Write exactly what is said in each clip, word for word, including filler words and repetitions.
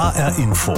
H R Info.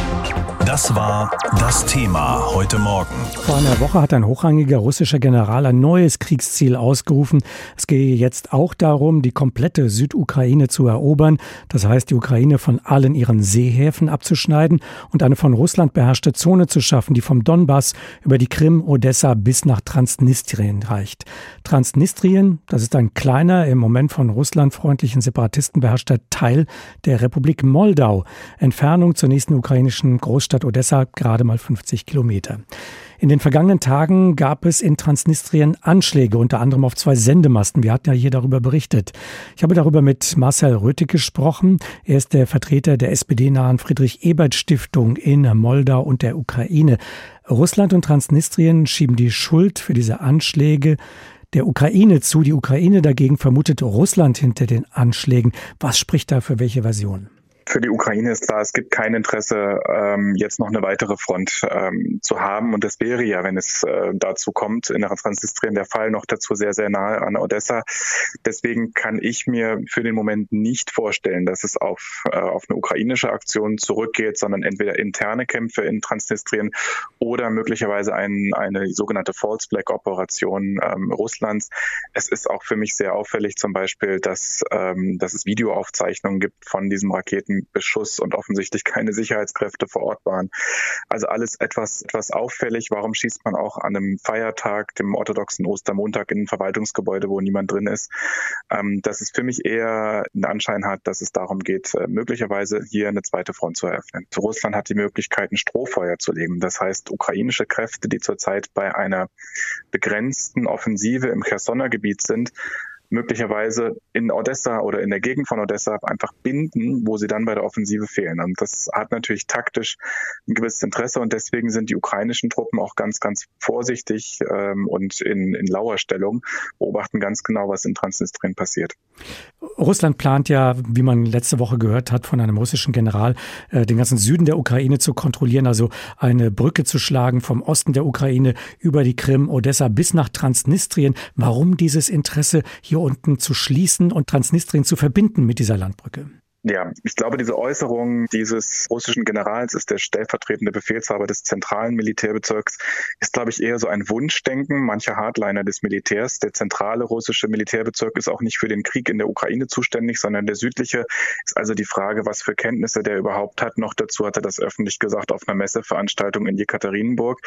Das war das Thema heute Morgen. Vor einer Woche hat ein hochrangiger russischer General ein neues Kriegsziel ausgerufen. Es gehe jetzt auch darum, die komplette Südukraine zu erobern. Das heißt, die Ukraine von allen ihren Seehäfen abzuschneiden und eine von Russland beherrschte Zone zu schaffen, die vom Donbass über die Krim, Odessa bis nach Transnistrien reicht. Transnistrien, das ist ein kleiner, im Moment von Russland freundlichen Separatisten beherrschter Teil der Republik Moldau. Entfernung zur nächsten ukrainischen Großstadt Odessa gerade mal fünfzig Kilometer. In den vergangenen Tagen gab es in Transnistrien Anschläge, unter anderem auf zwei Sendemasten. Wir hatten ja hier darüber berichtet. Ich habe darüber mit Marcel Röthig gesprochen. Er ist der Vertreter der S P D-nahen Friedrich-Ebert-Stiftung in Moldau und der Ukraine. Russland und Transnistrien schieben die Schuld für diese Anschläge der Ukraine zu. Die Ukraine dagegen vermutet Russland hinter den Anschlägen. Was spricht da für welche Version? Für die Ukraine ist klar, es gibt kein Interesse, ähm, jetzt noch eine weitere Front ähm, zu haben. Und das wäre ja, wenn es äh, dazu kommt, in Transnistrien der Fall, noch dazu sehr, sehr nahe an Odessa. Deswegen kann ich mir für den Moment nicht vorstellen, dass es auf, äh, auf eine ukrainische Aktion zurückgeht, sondern entweder interne Kämpfe in Transnistrien oder möglicherweise ein, eine sogenannte False Flag Operation ähm, Russlands. Es ist auch für mich sehr auffällig zum Beispiel, dass, ähm, dass es Videoaufzeichnungen gibt von diesem Raketen Beschuss und offensichtlich keine Sicherheitskräfte vor Ort waren. Also alles etwas, etwas auffällig. Warum schießt man auch an einem Feiertag, dem orthodoxen Ostermontag, in ein Verwaltungsgebäude, wo niemand drin ist? Ähm, dass es für mich eher einen Anschein hat, dass es darum geht, äh, möglicherweise hier eine zweite Front zu eröffnen. Russland hat die Möglichkeit, ein Strohfeuer zu legen. Das heißt, ukrainische Kräfte, die zurzeit bei einer begrenzten Offensive im Chersoner Gebiet sind, möglicherweise in Odessa oder in der Gegend von Odessa einfach binden, wo sie dann bei der Offensive fehlen. Und das hat natürlich taktisch ein gewisses Interesse und deswegen sind die ukrainischen Truppen auch ganz, ganz vorsichtig ähm, und in, in lauer Stellung, beobachten ganz genau, was in Transnistrien passiert. Russland plant ja, wie man letzte Woche gehört hat, von einem russischen General, äh, den ganzen Süden der Ukraine zu kontrollieren, also eine Brücke zu schlagen vom Osten der Ukraine über die Krim, Odessa bis nach Transnistrien. Warum dieses Interesse, hier unten zu schließen und Transnistrien zu verbinden mit dieser Landbrücke? Ja, ich glaube, diese Äußerung dieses russischen Generals, ist der stellvertretende Befehlshaber des zentralen Militärbezirks, ist, glaube ich, eher so ein Wunschdenken mancher Hardliner des Militärs. Der zentrale russische Militärbezirk ist auch nicht für den Krieg in der Ukraine zuständig, sondern der südliche. Ist also die Frage, was für Kenntnisse der überhaupt hat. Noch dazu hat er das öffentlich gesagt auf einer Messeveranstaltung in Jekaterinburg.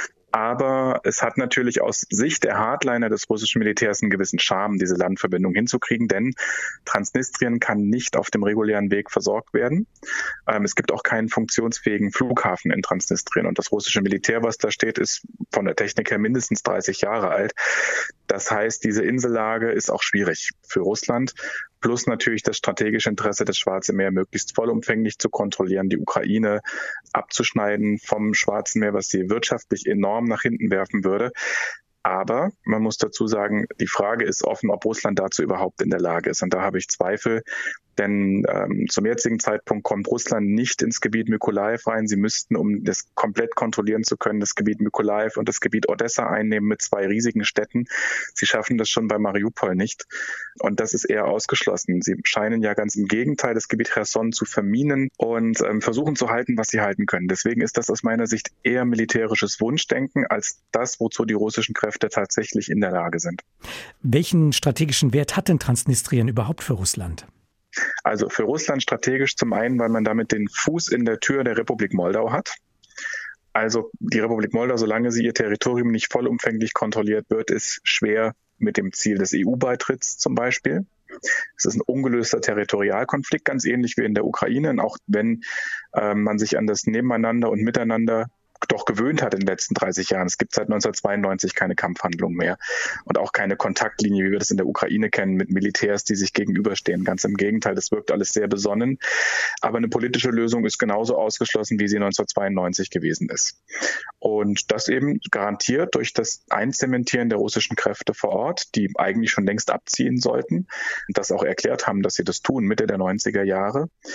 Aber es hat natürlich aus Sicht der Hardliner des russischen Militärs einen gewissen Charme, diese Landverbindung hinzukriegen, denn Transnistrien kann nicht auf dem regulären Weg versorgt werden. Ähm, es gibt auch keinen funktionsfähigen Flughafen in Transnistrien und das russische Militär, was da steht, ist von der Technik her mindestens dreißig Jahre alt. Das heißt, diese Insellage ist auch schwierig für Russland. Plus natürlich das strategische Interesse, das Schwarze Meer möglichst vollumfänglich zu kontrollieren, die Ukraine abzuschneiden vom Schwarzen Meer, was sie wirtschaftlich enorm nach hinten werfen würde. Aber man muss dazu sagen, die Frage ist offen, ob Russland dazu überhaupt in der Lage ist. Und da habe ich Zweifel, denn ähm, zum jetzigen Zeitpunkt kommt Russland nicht ins Gebiet Mykolajiw rein. Sie müssten, um das komplett kontrollieren zu können, das Gebiet Mykolajiw und das Gebiet Odessa einnehmen mit zwei riesigen Städten. Sie schaffen das schon bei Mariupol nicht. Und das ist eher ausgeschlossen. Sie scheinen ja ganz im Gegenteil, das Gebiet Cherson zu verminen und ähm, versuchen zu halten, was sie halten können. Deswegen ist das aus meiner Sicht eher militärisches Wunschdenken als das, wozu die russischen Kräfte tatsächlich in der Lage sind. Welchen strategischen Wert hat denn Transnistrien überhaupt für Russland? Also für Russland strategisch zum einen, weil man damit den Fuß in der Tür der Republik Moldau hat. Also die Republik Moldau, solange sie ihr Territorium nicht vollumfänglich kontrolliert wird, ist schwer mit dem Ziel des E U-Beitritts zum Beispiel. Es ist ein ungelöster Territorialkonflikt, ganz ähnlich wie in der Ukraine. Und auch wenn äh, man sich an das Nebeneinander und Miteinander doch gewöhnt hat in den letzten dreißig Jahren. Es gibt seit neunzehnhundertzweiundneunzig keine Kampfhandlung mehr und auch keine Kontaktlinie, wie wir das in der Ukraine kennen, mit Militärs, die sich gegenüberstehen. Ganz im Gegenteil, das wirkt alles sehr besonnen. Aber eine politische Lösung ist genauso ausgeschlossen, wie sie neunzehnhundertzweiundneunzig gewesen ist. Und das eben garantiert durch das Einzementieren der russischen Kräfte vor Ort, die eigentlich schon längst abziehen sollten und das auch erklärt haben, dass sie das tun, Mitte der neunziger Jahre.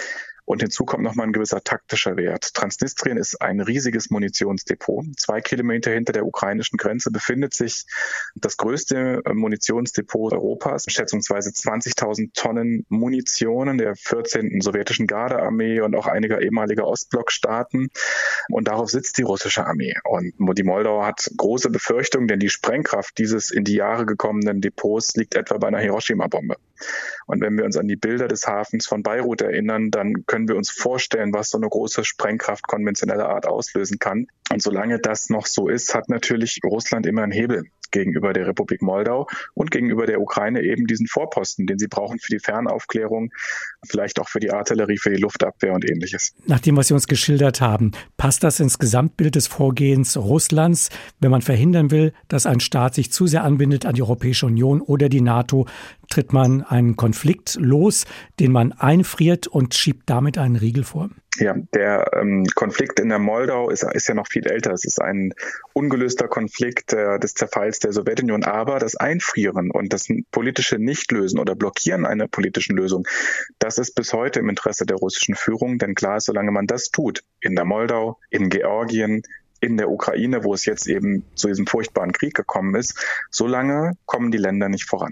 Und hinzu kommt nochmal ein gewisser taktischer Wert. Transnistrien ist ein riesiges Munitionsdepot. Zwei Kilometer hinter der ukrainischen Grenze befindet sich das größte Munitionsdepot Europas, schätzungsweise zwanzigtausend Tonnen Munitionen der vierzehnten sowjetischen Gardearmee und auch einiger ehemaliger Ostblockstaaten. Und darauf sitzt die russische Armee. Und die Moldau hat große Befürchtungen, denn die Sprengkraft dieses in die Jahre gekommenen Depots liegt etwa bei einer Hiroshima-Bombe. Und wenn wir uns an die Bilder des Hafens von Beirut erinnern, dann können wir uns vorstellen, was so eine große Sprengkraft konventioneller Art auslösen kann. Und solange das noch so ist, hat natürlich Russland immer einen Hebel gegenüber der Republik Moldau und gegenüber der Ukraine eben diesen Vorposten, den sie brauchen für die Fernaufklärung, vielleicht auch für die Artillerie, für die Luftabwehr und Ähnliches. Nach dem, was Sie uns geschildert haben, passt das ins Gesamtbild des Vorgehens Russlands, wenn man verhindern will, dass ein Staat sich zu sehr anbindet an die Europäische Union oder die NATO, tritt man einen Konflikt los, den man einfriert und schiebt damit einen Riegel vor? Ja, der ähm, Konflikt in der Moldau ist, ist ja noch viel älter. Es ist ein ungelöster Konflikt äh, des Zerfalls der Sowjetunion. Aber das Einfrieren und das politische Nichtlösen oder Blockieren einer politischen Lösung, das ist bis heute im Interesse der russischen Führung. Denn klar ist, solange man das tut, in der Moldau, in Georgien, in der Ukraine, wo es jetzt eben zu diesem furchtbaren Krieg gekommen ist, solange kommen die Länder nicht voran.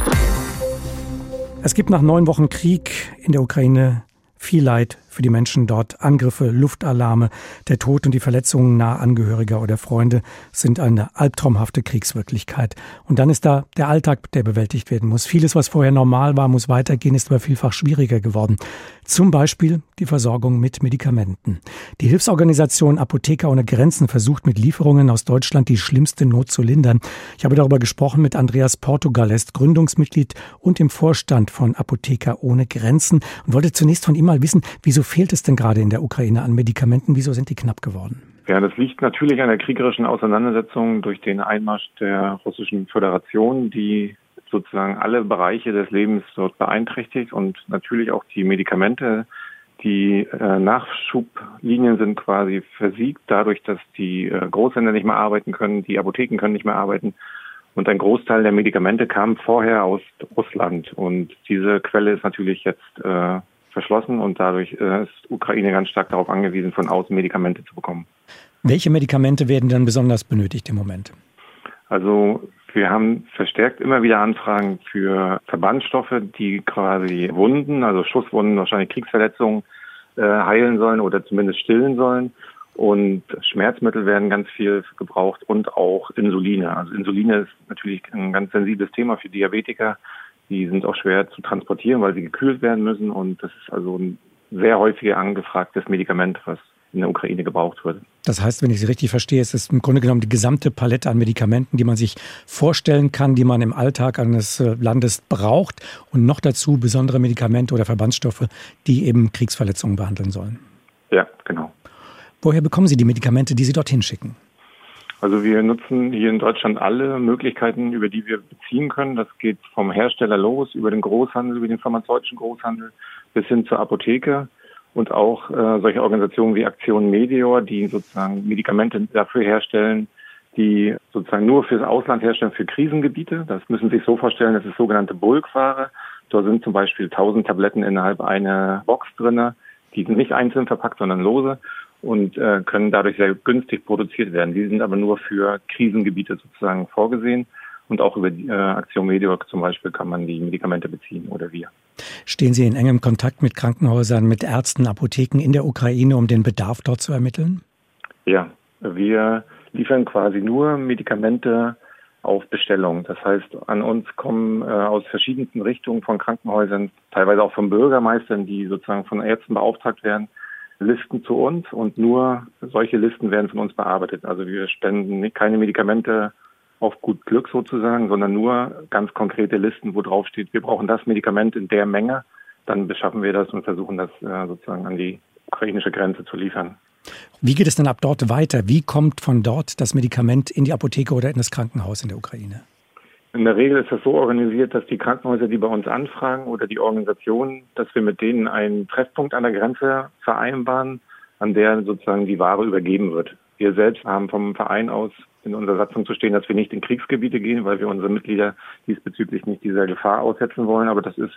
Es gibt nach neun Wochen Krieg in der Ukraine viel Leid für die Menschen dort. Angriffe, Luftalarme, der Tod und die Verletzungen naher Angehöriger oder Freunde sind eine albtraumhafte Kriegswirklichkeit. Und dann ist da der Alltag, der bewältigt werden muss. Vieles, was vorher normal war, muss weitergehen, ist aber vielfach schwieriger geworden. Zum Beispiel die Versorgung mit Medikamenten. Die Hilfsorganisation Apotheker ohne Grenzen versucht mit Lieferungen aus Deutschland die schlimmste Not zu lindern. Ich habe darüber gesprochen mit Andreas Portugal, er ist Gründungsmitglied und im Vorstand von Apotheker ohne Grenzen und wollte zunächst von ihm mal wissen, wieso fehlt es denn gerade in der Ukraine an Medikamenten? Wieso sind die knapp geworden? Ja, das liegt natürlich an der kriegerischen Auseinandersetzung durch den Einmarsch der Russischen Föderation, die sozusagen alle Bereiche des Lebens dort beeinträchtigt und natürlich auch die Medikamente. Die äh, Nachschublinien sind quasi versiegt, dadurch, dass die äh, Großhändler nicht mehr arbeiten können, die Apotheken können nicht mehr arbeiten. Und ein Großteil der Medikamente kam vorher aus Russland. Und diese Quelle ist natürlich jetzt äh, verschlossen und dadurch äh, ist Ukraine ganz stark darauf angewiesen, von außen Medikamente zu bekommen. Welche Medikamente werden denn besonders benötigt im Moment? Also wir haben verstärkt immer wieder Anfragen für Verbandsstoffe, die quasi Wunden, also Schusswunden, wahrscheinlich Kriegsverletzungen äh, heilen sollen oder zumindest stillen sollen. Und Schmerzmittel werden ganz viel gebraucht und auch Insuline. Also Insuline ist natürlich ein ganz sensibles Thema für Diabetiker. Die sind auch schwer zu transportieren, weil sie gekühlt werden müssen. Und das ist also ein sehr häufig angefragtes Medikament, was in der Ukraine gebraucht wird. Das heißt, wenn ich Sie richtig verstehe, es ist im Grunde genommen die gesamte Palette an Medikamenten, die man sich vorstellen kann, die man im Alltag eines Landes braucht und noch dazu besondere Medikamente oder Verbandsstoffe, die eben Kriegsverletzungen behandeln sollen. Ja, genau. Woher bekommen Sie die Medikamente, die Sie dorthin schicken? Also wir nutzen hier in Deutschland alle Möglichkeiten, über die wir beziehen können. Das geht vom Hersteller los, über den Großhandel, über den pharmazeutischen Großhandel bis hin zur Apotheke und auch äh, solche Organisationen wie Aktion Medeor, die sozusagen Medikamente dafür herstellen, die sozusagen nur fürs Ausland herstellen, für Krisengebiete. Das müssen Sie sich so vorstellen, das ist sogenannte Bulkware. Dort sind zum Beispiel tausend Tabletten innerhalb einer Box drinne. Die sind nicht einzeln verpackt, sondern lose und äh, können dadurch sehr günstig produziert werden. Die sind aber nur für Krisengebiete sozusagen vorgesehen. Und auch über die äh, Aktion Medeor zum Beispiel kann man die Medikamente beziehen oder wir. Stehen Sie in engem Kontakt mit Krankenhäusern, mit Ärzten, Apotheken in der Ukraine, um den Bedarf dort zu ermitteln? Ja, wir liefern quasi nur Medikamente auf Bestellung. Das heißt, an uns kommen äh, aus verschiedensten Richtungen von Krankenhäusern, teilweise auch von Bürgermeistern, die sozusagen von Ärzten beauftragt werden, Listen zu uns und nur solche Listen werden von uns bearbeitet. Also wir spenden keine Medikamente auf gut Glück sozusagen, sondern nur ganz konkrete Listen, wo drauf steht, wir brauchen das Medikament in der Menge. Dann beschaffen wir das und versuchen das äh, sozusagen an die ukrainische Grenze zu liefern. Wie geht es denn ab dort weiter? Wie kommt von dort das Medikament in die Apotheke oder in das Krankenhaus in der Ukraine? In der Regel ist das so organisiert, dass die Krankenhäuser, die bei uns anfragen oder die Organisationen, dass wir mit denen einen Treffpunkt an der Grenze vereinbaren, an der sozusagen die Ware übergeben wird. Wir selbst haben vom Verein aus in unserer Satzung zu stehen, dass wir nicht in Kriegsgebiete gehen, weil wir unsere Mitglieder diesbezüglich nicht dieser Gefahr aussetzen wollen. Aber das ist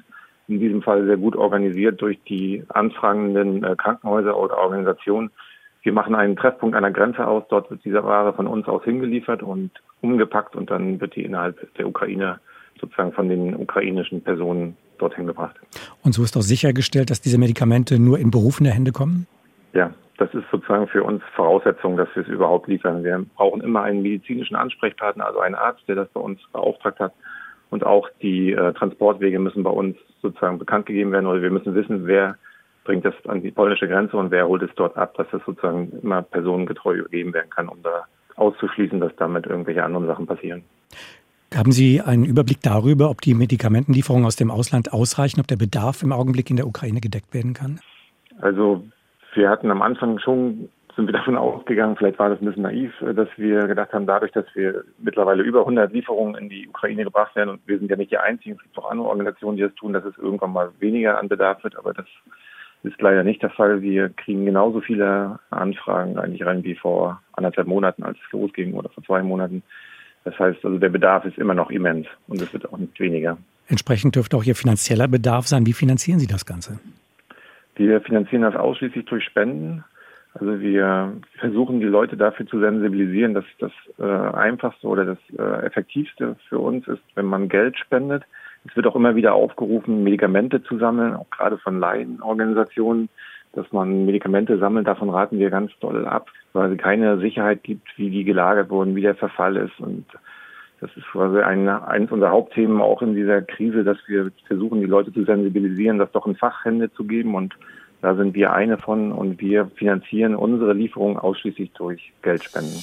in diesem Fall sehr gut organisiert durch die anfragenden äh, Krankenhäuser oder Organisationen. Wir machen einen Treffpunkt an der Grenze aus, dort wird diese Ware von uns aus hingeliefert und umgepackt und dann wird die innerhalb der Ukraine sozusagen von den ukrainischen Personen dorthin gebracht. Und so ist auch sichergestellt, dass diese Medikamente nur in berufene Hände kommen? Ja, das ist sozusagen für uns Voraussetzung, dass wir es überhaupt liefern. Wir brauchen immer einen medizinischen Ansprechpartner, also einen Arzt, der das bei uns beauftragt hat. Und auch die äh, Transportwege müssen bei uns sozusagen bekannt gegeben werden, oder wir müssen wissen, wer bringt das an die polnische Grenze und wer holt es dort ab, dass das sozusagen immer personengetreu übergeben werden kann, um da auszuschließen, dass damit irgendwelche anderen Sachen passieren. Haben Sie einen Überblick darüber, ob die Medikamentenlieferungen aus dem Ausland ausreichen, ob der Bedarf im Augenblick in der Ukraine gedeckt werden kann? Also wir hatten am Anfang schon, sind wir davon ausgegangen, vielleicht war das ein bisschen naiv, dass wir gedacht haben, dadurch, dass wir mittlerweile über hundert Lieferungen in die Ukraine gebracht werden und wir sind ja nicht die Einzigen, es gibt auch andere Organisationen, die das tun, dass es irgendwann mal weniger an Bedarf wird, aber das ist leider nicht der Fall. Wir kriegen genauso viele Anfragen eigentlich rein wie vor anderthalb Monaten, als es losging, oder vor zwei Monaten. Das heißt, also der Bedarf ist immer noch immens und es wird auch nicht weniger. Entsprechend dürfte auch Ihr finanzieller Bedarf sein. Wie finanzieren Sie das Ganze? Wir finanzieren das ausschließlich durch Spenden. Also wir versuchen, die Leute dafür zu sensibilisieren, dass das äh, Einfachste oder das äh, Effektivste für uns ist, wenn man Geld spendet. Es wird auch immer wieder aufgerufen, Medikamente zu sammeln, auch gerade von Laienorganisationen, dass man Medikamente sammelt. Davon raten wir ganz doll ab, weil es keine Sicherheit gibt, wie die gelagert wurden, wie der Verfall ist. Und das ist quasi ein, eines unserer Hauptthemen auch in dieser Krise, dass wir versuchen, die Leute zu sensibilisieren, das doch in Fachhände zu geben. Und da sind wir eine von und wir finanzieren unsere Lieferungen ausschließlich durch Geldspenden.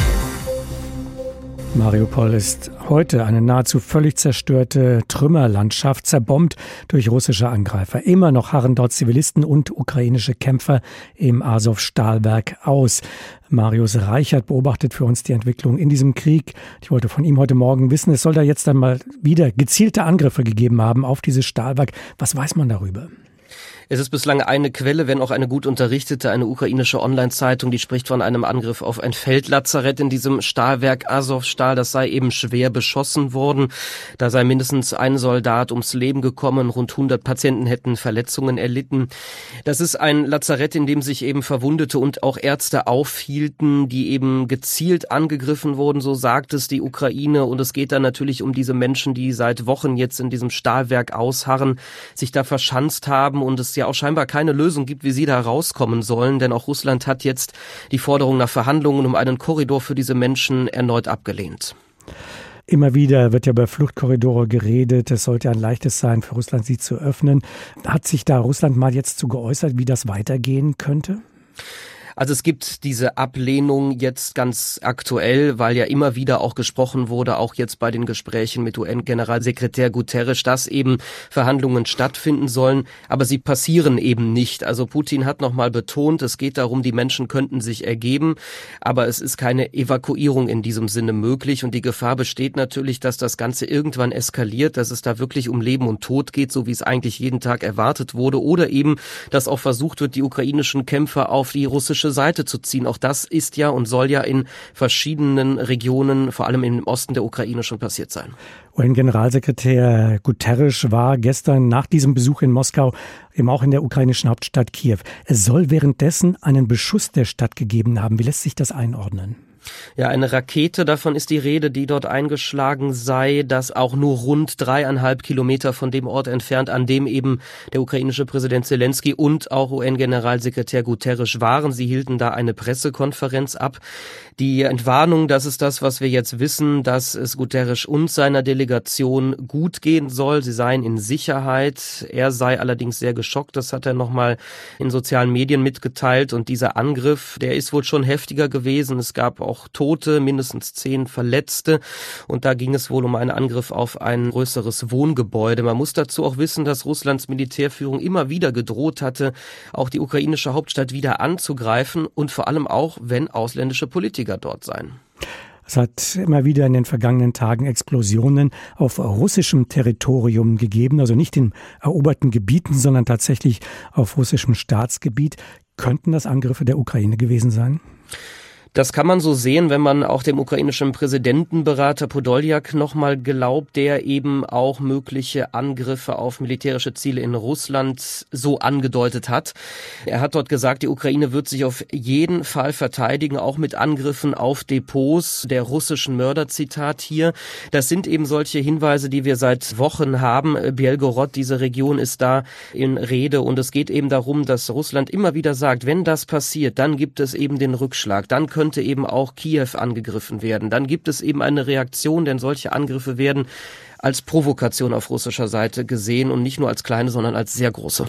Mariupol ist heute eine nahezu völlig zerstörte Trümmerlandschaft, zerbombt durch russische Angreifer. Immer noch harren dort Zivilisten und ukrainische Kämpfer im Asow-Stahlwerk aus. Marius Reichert beobachtet für uns die Entwicklung in diesem Krieg. Ich wollte von ihm heute Morgen wissen, es soll da jetzt einmal wieder gezielte Angriffe gegeben haben auf dieses Stahlwerk. Was weiß man darüber? Es ist bislang eine Quelle, wenn auch eine gut unterrichtete, eine ukrainische Online-Zeitung, die spricht von einem Angriff auf ein Feldlazarett in diesem Stahlwerk Azovstal. Das sei eben schwer beschossen worden. Da sei mindestens ein Soldat ums Leben gekommen. Rund hundert Patienten hätten Verletzungen erlitten. Das ist ein Lazarett, in dem sich eben Verwundete und auch Ärzte aufhielten, die eben gezielt angegriffen wurden, so sagt es die Ukraine. Und es geht dann natürlich um diese Menschen, die seit Wochen jetzt in diesem Stahlwerk ausharren, sich da verschanzt haben und es ja auch scheinbar keine Lösung gibt, wie sie da rauskommen sollen, denn auch Russland hat jetzt die Forderung nach Verhandlungen um einen Korridor für diese Menschen erneut abgelehnt. Immer wieder wird ja über Fluchtkorridore geredet. Es sollte ein leichtes sein, für Russland sie zu öffnen. Hat sich da Russland mal jetzt zu geäußert, wie das weitergehen könnte? Also es gibt diese Ablehnung jetzt ganz aktuell, weil ja immer wieder auch gesprochen wurde, auch jetzt bei den Gesprächen mit U N-Generalsekretär Guterres, dass eben Verhandlungen stattfinden sollen, aber sie passieren eben nicht. Also Putin hat nochmal betont, es geht darum, die Menschen könnten sich ergeben, aber es ist keine Evakuierung in diesem Sinne möglich und die Gefahr besteht natürlich, dass das Ganze irgendwann eskaliert, dass es da wirklich um Leben und Tod geht, so wie es eigentlich jeden Tag erwartet wurde, oder eben, dass auch versucht wird, die ukrainischen Kämpfer auf die russische Seite zu ziehen. Auch das ist ja und soll ja in verschiedenen Regionen, vor allem im Osten der Ukraine, schon passiert sein. U N-Generalsekretär Guterres war gestern nach diesem Besuch in Moskau eben auch in der ukrainischen Hauptstadt Kiew. Es soll währenddessen einen Beschuss der Stadt gegeben haben. Wie lässt sich das einordnen? Ja, eine Rakete, davon ist die Rede, die dort eingeschlagen sei, das auch nur rund dreieinhalb Kilometer von dem Ort entfernt, an dem eben der ukrainische Präsident Zelensky und auch U N-Generalsekretär Guterres waren. Sie hielten da eine Pressekonferenz ab. Die Entwarnung, das ist das, was wir jetzt wissen, dass es Guterres und seiner Delegation gut gehen soll. Sie seien in Sicherheit. Er sei allerdings sehr geschockt. Das hat er nochmal in sozialen Medien mitgeteilt. Und dieser Angriff, der ist wohl schon heftiger gewesen. Es gab auch Tote, mindestens zehn Verletzte. Und da ging es wohl um einen Angriff auf ein größeres Wohngebäude. Man muss dazu auch wissen, dass Russlands Militärführung immer wieder gedroht hatte, auch die ukrainische Hauptstadt wieder anzugreifen und vor allem auch, wenn ausländische Politiker dort seien. Es hat immer wieder in den vergangenen Tagen Explosionen auf russischem Territorium gegeben, also nicht in eroberten Gebieten, sondern tatsächlich auf russischem Staatsgebiet. Könnten das Angriffe der Ukraine gewesen sein? Das kann man so sehen, wenn man auch dem ukrainischen Präsidentenberater Podoljak nochmal glaubt, der eben auch mögliche Angriffe auf militärische Ziele in Russland so angedeutet hat. Er hat dort gesagt, die Ukraine wird sich auf jeden Fall verteidigen, auch mit Angriffen auf Depots der russischen Mörder, Zitat hier. Das sind eben solche Hinweise, die wir seit Wochen haben. Belgorod, diese Region ist da in Rede und es geht eben darum, dass Russland immer wieder sagt, wenn das passiert, dann gibt es eben den Rückschlag, dann könnte eben auch Kiew angegriffen werden. Dann gibt es eben eine Reaktion, denn solche Angriffe werden als Provokation auf russischer Seite gesehen und nicht nur als kleine, sondern als sehr große.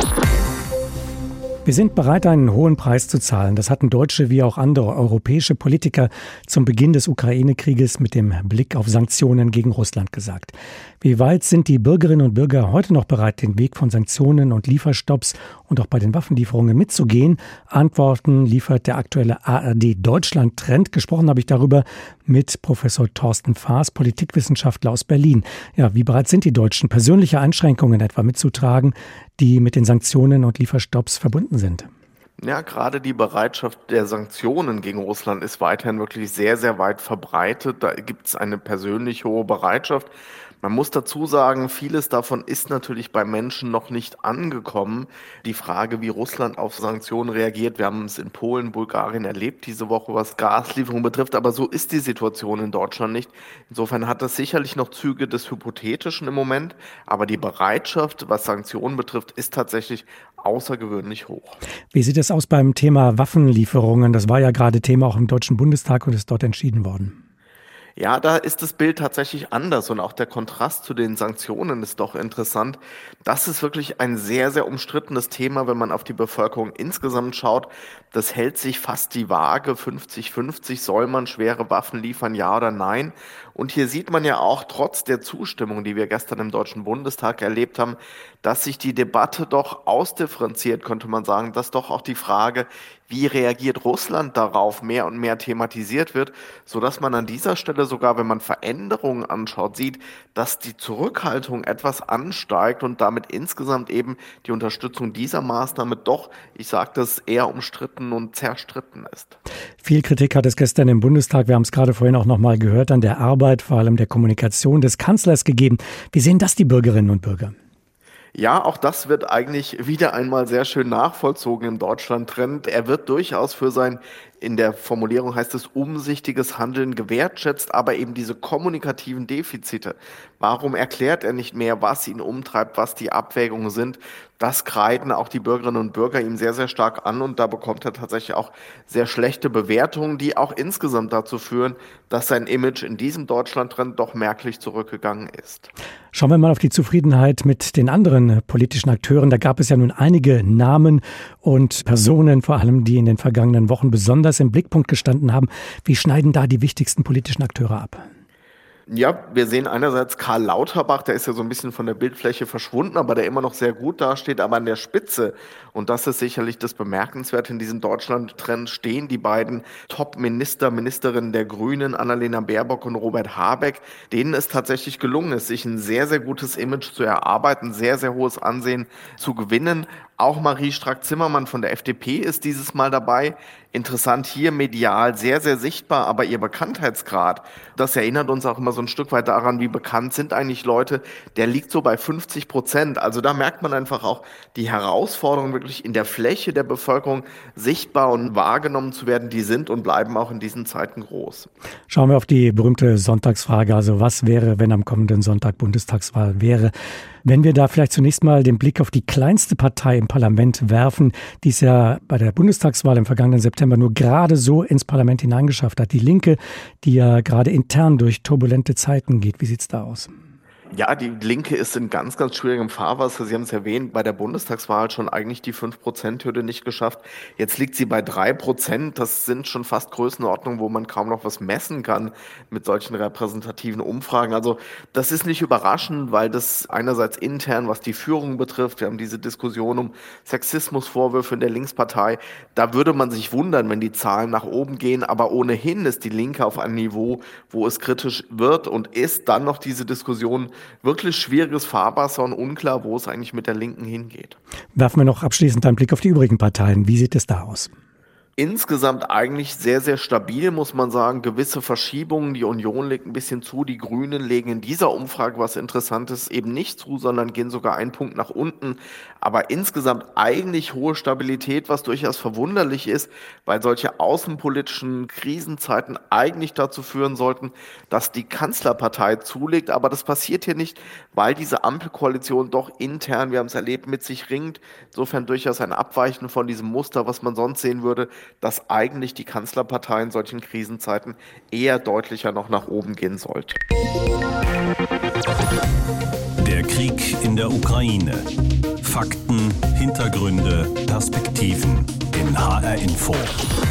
Wir sind bereit, einen hohen Preis zu zahlen. Das hatten deutsche wie auch andere europäische Politiker zum Beginn des Ukraine-Krieges mit dem Blick auf Sanktionen gegen Russland gesagt. Wie weit sind die Bürgerinnen und Bürger heute noch bereit, den Weg von Sanktionen und Lieferstopps und auch bei den Waffenlieferungen mitzugehen? Antworten liefert der aktuelle A R D-Deutschland-Trend. Gesprochen habe ich darüber mit Professor Thorsten Faas, Politikwissenschaftler aus Berlin. Ja, wie bereit sind die Deutschen, persönliche Einschränkungen etwa mitzutragen, die mit den Sanktionen und Lieferstopps verbunden sind? Ja, gerade die Bereitschaft der Sanktionen gegen Russland ist weiterhin wirklich sehr, sehr weit verbreitet. Da gibt es eine persönlich hohe Bereitschaft. Man muss dazu sagen, vieles davon ist natürlich bei Menschen noch nicht angekommen. Die Frage, wie Russland auf Sanktionen reagiert, wir haben es in Polen, Bulgarien erlebt diese Woche, was Gaslieferungen betrifft, aber so ist die Situation in Deutschland nicht. Insofern hat das sicherlich noch Züge des Hypothetischen im Moment, aber die Bereitschaft, was Sanktionen betrifft, ist tatsächlich außergewöhnlich hoch. Wie sieht es aus beim Thema Waffenlieferungen? Das war ja gerade Thema auch im Deutschen Bundestag und ist dort entschieden worden. Ja, da ist das Bild tatsächlich anders und auch der Kontrast zu den Sanktionen ist doch interessant. Das ist wirklich ein sehr, sehr umstrittenes Thema, wenn man auf die Bevölkerung insgesamt schaut. Das hält sich fast die Waage, fünfzig fünfzig, soll man schwere Waffen liefern, ja oder nein? Und hier sieht man ja auch, trotz der Zustimmung, die wir gestern im Deutschen Bundestag erlebt haben, dass sich die Debatte doch ausdifferenziert, könnte man sagen, dass doch auch die Frage, wie reagiert Russland darauf, mehr und mehr thematisiert wird, sodass man an dieser Stelle sogar, wenn man Veränderungen anschaut, sieht, dass die Zurückhaltung etwas ansteigt und damit insgesamt eben die Unterstützung dieser Maßnahme doch, ich sage das, eher umstritten und zerstritten ist. Viel Kritik hat es gestern im Bundestag, wir haben es gerade vorhin auch noch mal gehört, an der Arbeit, vor allem der Kommunikation des Kanzlers gegeben. Wie sehen das die Bürgerinnen und Bürger? Ja, auch das wird eigentlich wieder einmal sehr schön nachvollzogen im Deutschland-Trend. Er wird durchaus für sein, in der Formulierung heißt es, umsichtiges Handeln gewertschätzt, aber eben diese kommunikativen Defizite. Warum erklärt er nicht mehr, was ihn umtreibt, was die Abwägungen sind? Das kreiden auch die Bürgerinnen und Bürger ihm sehr, sehr stark an und da bekommt er tatsächlich auch sehr schlechte Bewertungen, die auch insgesamt dazu führen, dass sein Image in diesem Deutschland-Trend doch merklich zurückgegangen ist. Schauen wir mal auf die Zufriedenheit mit den anderen politischen Akteuren. Da gab es ja nun einige Namen und Personen, vor allem die in den vergangenen Wochen besonders im Blickpunkt gestanden haben. Wie schneiden da die wichtigsten politischen Akteure ab? Ja, wir sehen einerseits Karl Lauterbach, der ist ja so ein bisschen von der Bildfläche verschwunden, aber der immer noch sehr gut dasteht, aber an der Spitze, und das ist sicherlich das Bemerkenswerte in diesem Deutschland-Trend, stehen die beiden Top-Minister, Ministerinnen der Grünen, Annalena Baerbock und Robert Habeck, denen es tatsächlich gelungen ist, sich ein sehr, sehr gutes Image zu erarbeiten, sehr, sehr hohes Ansehen zu gewinnen. Auch Marie Strack-Zimmermann von der F D P ist dieses Mal dabei. Interessant hier, medial sehr, sehr sichtbar, aber ihr Bekanntheitsgrad, das erinnert uns auch immer so ein Stück weit daran, wie bekannt sind eigentlich Leute, der liegt so bei fünfzig Prozent. Also da merkt man einfach auch die Herausforderung, wirklich in der Fläche der Bevölkerung sichtbar und wahrgenommen zu werden, die sind und bleiben auch in diesen Zeiten groß. Schauen wir auf die berühmte Sonntagsfrage, also was wäre, wenn am kommenden Sonntag Bundestagswahl wäre? Wenn wir da vielleicht zunächst mal den Blick auf die kleinste Partei im Parlament werfen, die es ja bei der Bundestagswahl im vergangenen September nur gerade so ins Parlament hineingeschafft hat. Die Linke, die ja gerade intern durch turbulente Zeiten geht. Wie sieht's da aus? Ja, die Linke ist in ganz, ganz schwierigem Fahrwasser. Sie haben es erwähnt, bei der Bundestagswahl schon eigentlich die fünf Prozent Hürde nicht geschafft. Jetzt liegt sie bei drei Prozent. Das sind schon fast Größenordnungen, wo man kaum noch was messen kann mit solchen repräsentativen Umfragen. Also das ist nicht überraschend, weil das einerseits intern, was die Führung betrifft, wir haben diese Diskussion um Sexismusvorwürfe in der Linkspartei. Da würde man sich wundern, wenn die Zahlen nach oben gehen. Aber ohnehin ist die Linke auf einem Niveau, wo es kritisch wird und ist. Dann noch diese Diskussion, wirklich schwieriges Fahrwasser und unklar, wo es eigentlich mit der Linken hingeht. Werfen wir noch abschließend einen Blick auf die übrigen Parteien. Wie sieht es da aus? Insgesamt eigentlich sehr, sehr stabil, muss man sagen. Gewisse Verschiebungen. Die Union legt ein bisschen zu. Die Grünen legen in dieser Umfrage was Interessantes eben nicht zu, sondern gehen sogar einen Punkt nach unten. Aber insgesamt eigentlich hohe Stabilität, was durchaus verwunderlich ist, weil solche außenpolitischen Krisenzeiten eigentlich dazu führen sollten, dass die Kanzlerpartei zulegt. Aber das passiert hier nicht, weil diese Ampelkoalition doch intern, wir haben es erlebt, mit sich ringt. Insofern durchaus ein Abweichen von diesem Muster, was man sonst sehen würde, dass eigentlich die Kanzlerpartei in solchen Krisenzeiten eher deutlicher noch nach oben gehen sollte. Der Krieg in der Ukraine. Fakten, Hintergründe, Perspektiven in H R Info.